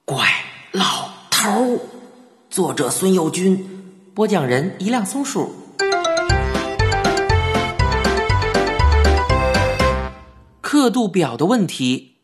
怪老头，作者孙幼军，播讲人一辆松鼠。刻度表的问题。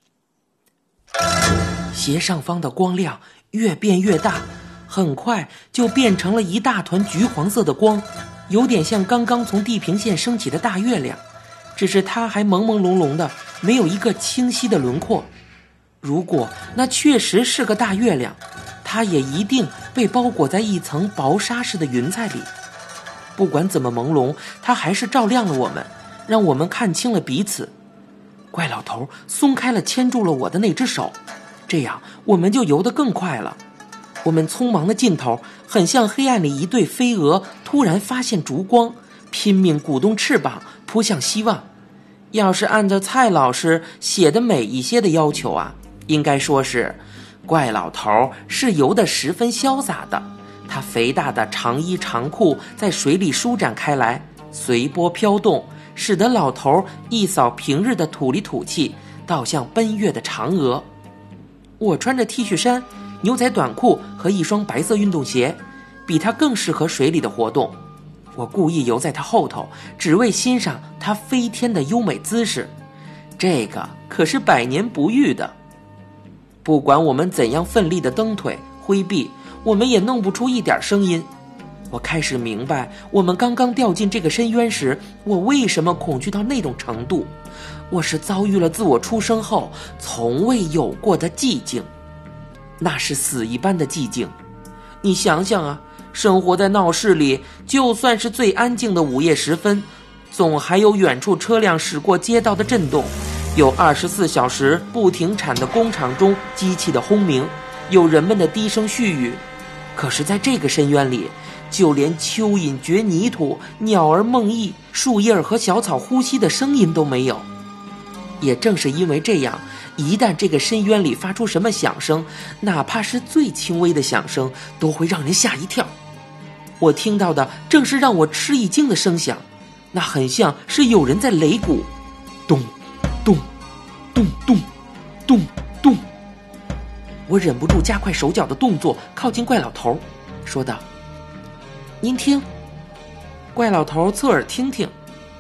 斜上方的光亮越变越大，很快就变成了一大团橘黄色的光，有点像刚刚从地平线升起的大月亮，只是它还朦朦胧胧的，没有一个清晰的轮廓。如果那确实是个大月亮，它也一定被包裹在一层薄纱似的云彩里。不管怎么朦胧，它还是照亮了我们，让我们看清了彼此。怪老头松开了牵住了我的那只手，这样我们就游得更快了。我们匆忙的劲头很像黑暗里一对飞蛾突然发现烛光，拼命鼓动翅膀扑向希望。要是按照蔡老师写的美一些的要求啊，应该说是怪老头是游得十分潇洒的，他肥大的长衣长裤在水里舒展开来，随波飘动，使得老头一扫平日的土里土气，倒像奔月的嫦娥。我穿着 T 恤衫、牛仔短裤和一双白色运动鞋，比他更适合水里的活动。我故意游在他后头，只为欣赏他飞天的优美姿势，这个可是百年不遇的。不管我们怎样奋力的蹬腿挥臂，我们也弄不出一点声音。我开始明白，我们刚刚掉进这个深渊时，我为什么恐惧到那种程度。我是遭遇了自我出生后从未有过的寂静，那是死一般的寂静。你想想啊，生活在闹市里，就算是最安静的午夜时分，总还有远处车辆驶过街道的震动，有24小时不停产的工厂中机器的轰鸣，有人们的低声絮语。可是在这个深渊里，就连蚯蚓掘泥土、鸟儿梦呓、树叶和小草呼吸的声音都没有。也正是因为这样，一旦这个深渊里发出什么响声，哪怕是最轻微的响声，都会让人吓一跳。我听到的正是让我吃一惊的声响，那很像是有人在擂鼓，咚咚咚咚咚咚。我忍不住加快手脚的动作，靠近怪老头，说道：“您听。”怪老头侧耳听听，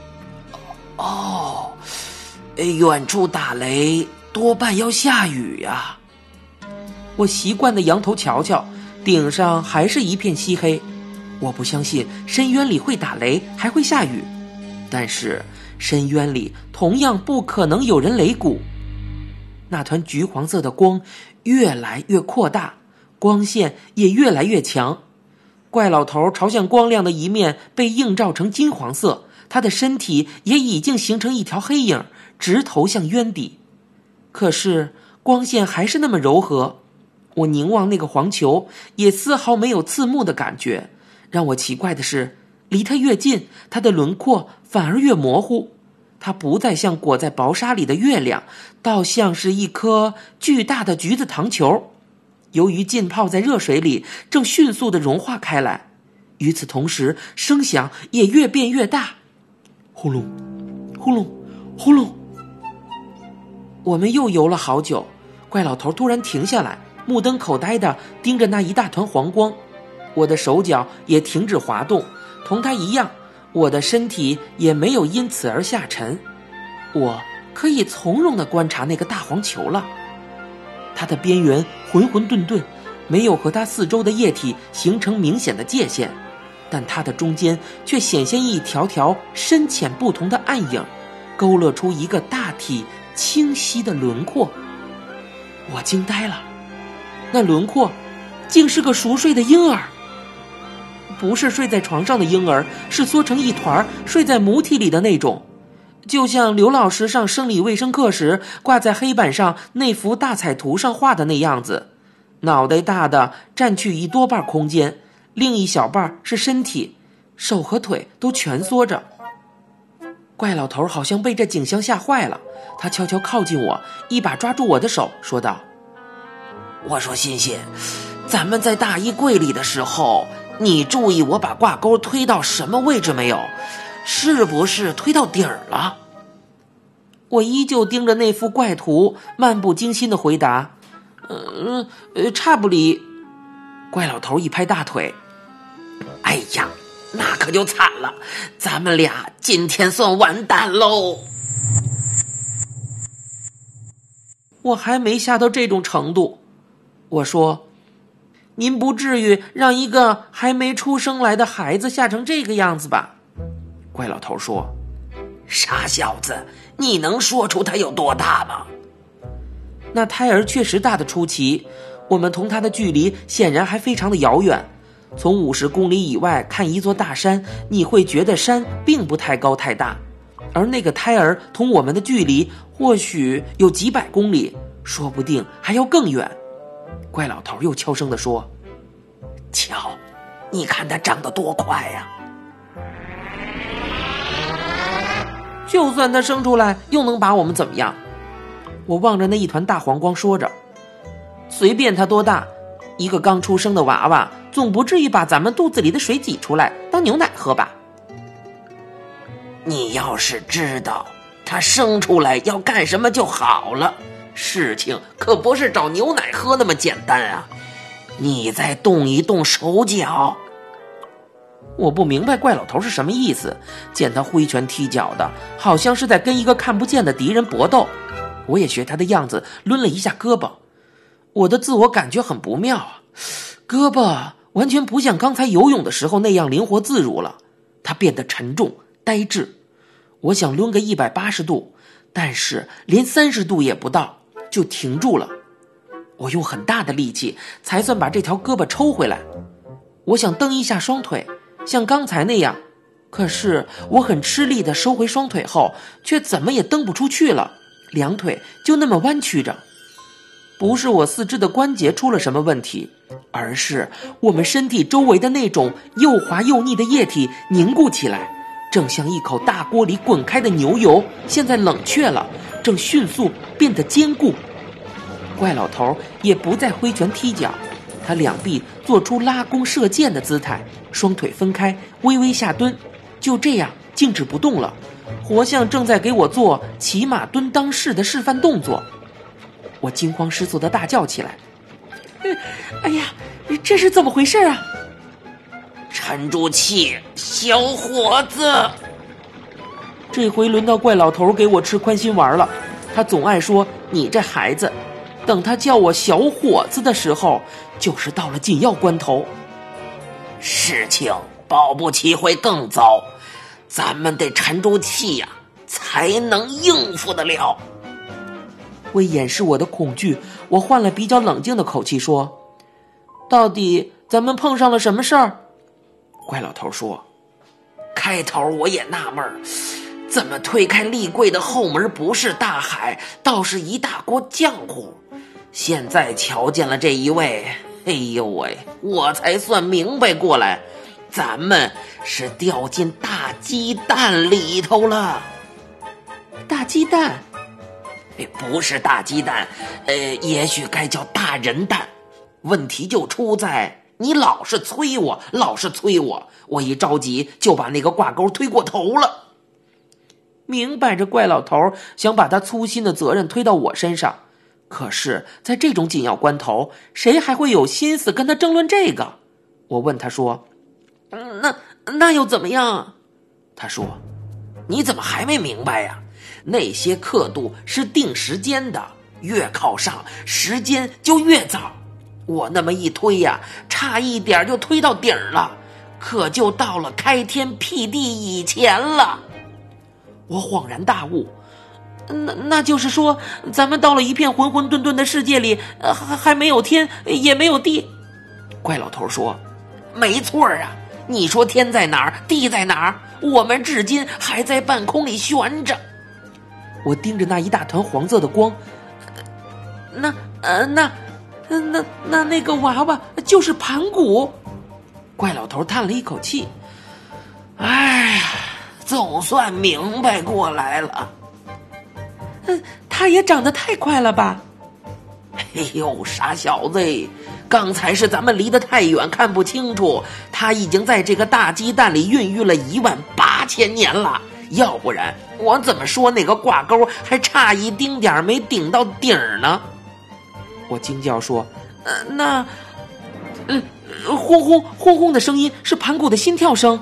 哦，远处打雷，多半要下雨呀。我习惯的仰头瞧瞧，顶上还是一片漆黑。我不相信深渊里会打雷，还会下雨，但是深渊里同样不可能有人擂鼓。那团橘黄色的光越来越扩大，光线也越来越强。怪老头朝向光亮的一面被映照成金黄色，他的身体也已经形成一条黑影，直投向渊底。可是光线还是那么柔和，我凝望那个黄球，也丝毫没有刺目的感觉。让我奇怪的是，离它越近，它的轮廓反而越模糊。它不再像裹在薄纱里的月亮，倒像是一颗巨大的橘子糖球，由于浸泡在热水里，正迅速地融化开来。与此同时，声响也越变越大，呼隆呼隆呼隆。我们又游了好久，怪老头突然停下来，目瞪口呆地盯着那一大团黄光。我的手脚也停止滑动，同他一样，我的身体也没有因此而下沉。我可以从容地观察那个大黄球了。它的边缘浑浑沌沌，没有和它四周的液体形成明显的界限，但它的中间却显现一条条深浅不同的暗影，勾勒出一个大体清晰的轮廓。我惊呆了，那轮廓竟是个熟睡的婴儿。不是睡在床上的婴儿，是缩成一团睡在母体里的那种，就像刘老师上生理卫生课时挂在黑板上那幅大彩图上画的那样子，脑袋大的占据一多半空间，另一小半是身体，手和腿都蜷缩着。怪老头好像被这景象吓坏了，他悄悄靠近我，一把抓住我的手，说道：“我说欣欣，咱们在大衣柜里的时候，你注意我把挂钩推到什么位置没有？是不是推到底儿了？”我依旧盯着那幅怪图，漫不经心地回答：“ 差不离。怪老头一拍大腿， 哎呀，那可就惨了，咱们俩今天算完蛋喽。 我还没吓到这种程度。我说，您不至于让一个还没出生来的孩子吓成这个样子吧？怪老头说， 傻小子，你能说出他有多大吗？ 那胎儿确实大得出奇，我们同他的距离显然还非常的遥远。从50公里以外看一座大山，你会觉得山并不太高太大，而那个胎儿同我们的距离或许有几百公里，说不定还要更远。怪老头又悄声地说， 瞧，你看他长得多快呀！ 就算他生出来又能把我们怎么样？我望着那一团大黄光说着，随便他多大，一个刚出生的娃娃总不至于把咱们肚子里的水挤出来当牛奶喝吧？ 你要是知道他生出来要干什么就好了，事情可不是找牛奶喝那么简单啊！你再动一动手脚。 我不明白怪老头是什么意思，见他挥拳踢脚的，好像是在跟一个看不见的敌人搏斗。我也学他的样子抡了一下胳膊，我的自我感觉很不妙啊，胳膊完全不像刚才游泳的时候那样灵活自如了，它变得沉重呆滞。我想抡个180度，但是连30度也不到，就停住了。我用很大的力气才算把这条胳膊抽回来。我想蹬一下双腿，像刚才那样，可是我很吃力地收回双腿后，却怎么也蹬不出去了，两腿就那么弯曲着。不是我四肢的关节出了什么问题，而是我们身体周围的那种又滑又腻的液体凝固起来，正像一口大锅里滚开的牛油，现在冷却了，正迅速变得坚固。怪老头也不再挥拳踢脚，他两臂做出拉弓射箭的姿态，双腿分开，微微下蹲，就这样静止不动了，活像正在给我做骑马蹲裆式的示范动作。我惊慌失措地大叫起来，哎呀，这是怎么回事啊？ 沉住气，小伙子。 这回轮到怪老头给我吃宽心丸了，他总爱说你这孩子，等他叫我小伙子的时候，就是到了紧要关头。 事情保不齐会更糟，咱们得沉住气呀，才能应付得了。 为掩饰我的恐惧，我换了比较冷静的口气说，到底咱们碰上了什么事儿？怪老头说， 开头我也纳闷，怎么推开立柜的后门不是大海，倒是一大锅浆糊。现在瞧见了这一位，哎呦喂，我才算明白过来，咱们是掉进大鸡蛋里头了。 大鸡蛋？ 不是大鸡蛋，也许该叫大人蛋。问题就出在你老是催我，我一着急就把那个挂钩推过头了。 明摆着怪老头想把他粗心的责任推到我身上，可是在这种紧要关头，谁还会有心思跟他争论这个？我问他说，那又怎么样？ 他说，你怎么还没明白呀？那些刻度是定时间的，越靠上时间就越早。我那么一推呀，差一点就推到顶了，可就到了开天辟地以前了。 我恍然大悟，那就是说，咱们到了一片混混沌沌的世界里，还没有天，也没有地。怪老头说， 没错啊，你说天在哪儿，地在哪儿？我们至今还在半空里悬着。 我盯着那一大团黄色的光，那个娃娃就是盘古。怪老头叹了一口气， 哎呀，总算明白过来了。 他也长得太快了吧？ 哎呦，傻小子，刚才是咱们离得太远看不清楚，他已经在这个大鸡蛋里孕育了18000年了，要不然我怎么说那个挂钩还差一丁点没顶到顶呢？ 我惊叫说：“轰轰轰轰的声音是盘古的心跳声。”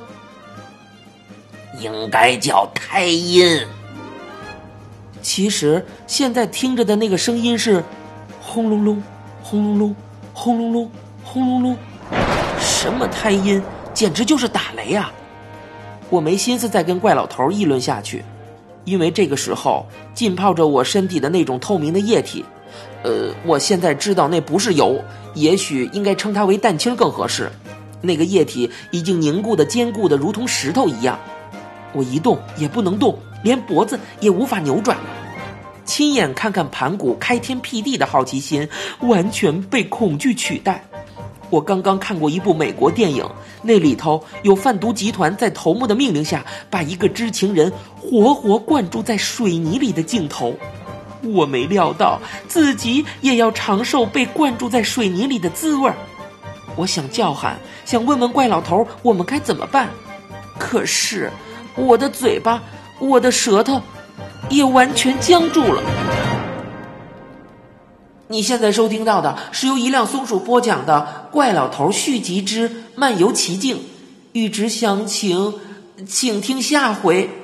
应该叫胎音。 其实现在听着的那个声音是轰隆隆轰隆隆轰隆隆轰隆隆，什么胎音，简直就是打雷啊！我没心思再跟怪老头议论下去，因为这个时候浸泡着我身体的那种透明的液体，我现在知道那不是油，也许应该称它为蛋清更合适。那个液体已经凝固的坚固的如同石头一样，我一动也不能动，连脖子也无法扭转了。亲眼看看盘古开天辟地的好奇心完全被恐惧取代。我刚刚看过一部美国电影，那里头有贩毒集团在头目的命令下把一个知情人活活灌注在水泥里的镜头。我没料到自己也要尝受被灌注在水泥里的滋味。我想叫喊，想问问怪老头我们该怎么办，可是我的嘴巴，我的舌头也完全僵住了。你现在收听到的是由一辆松鼠播讲的《怪老头续集之漫游奇境》，欲知详情，请听下回。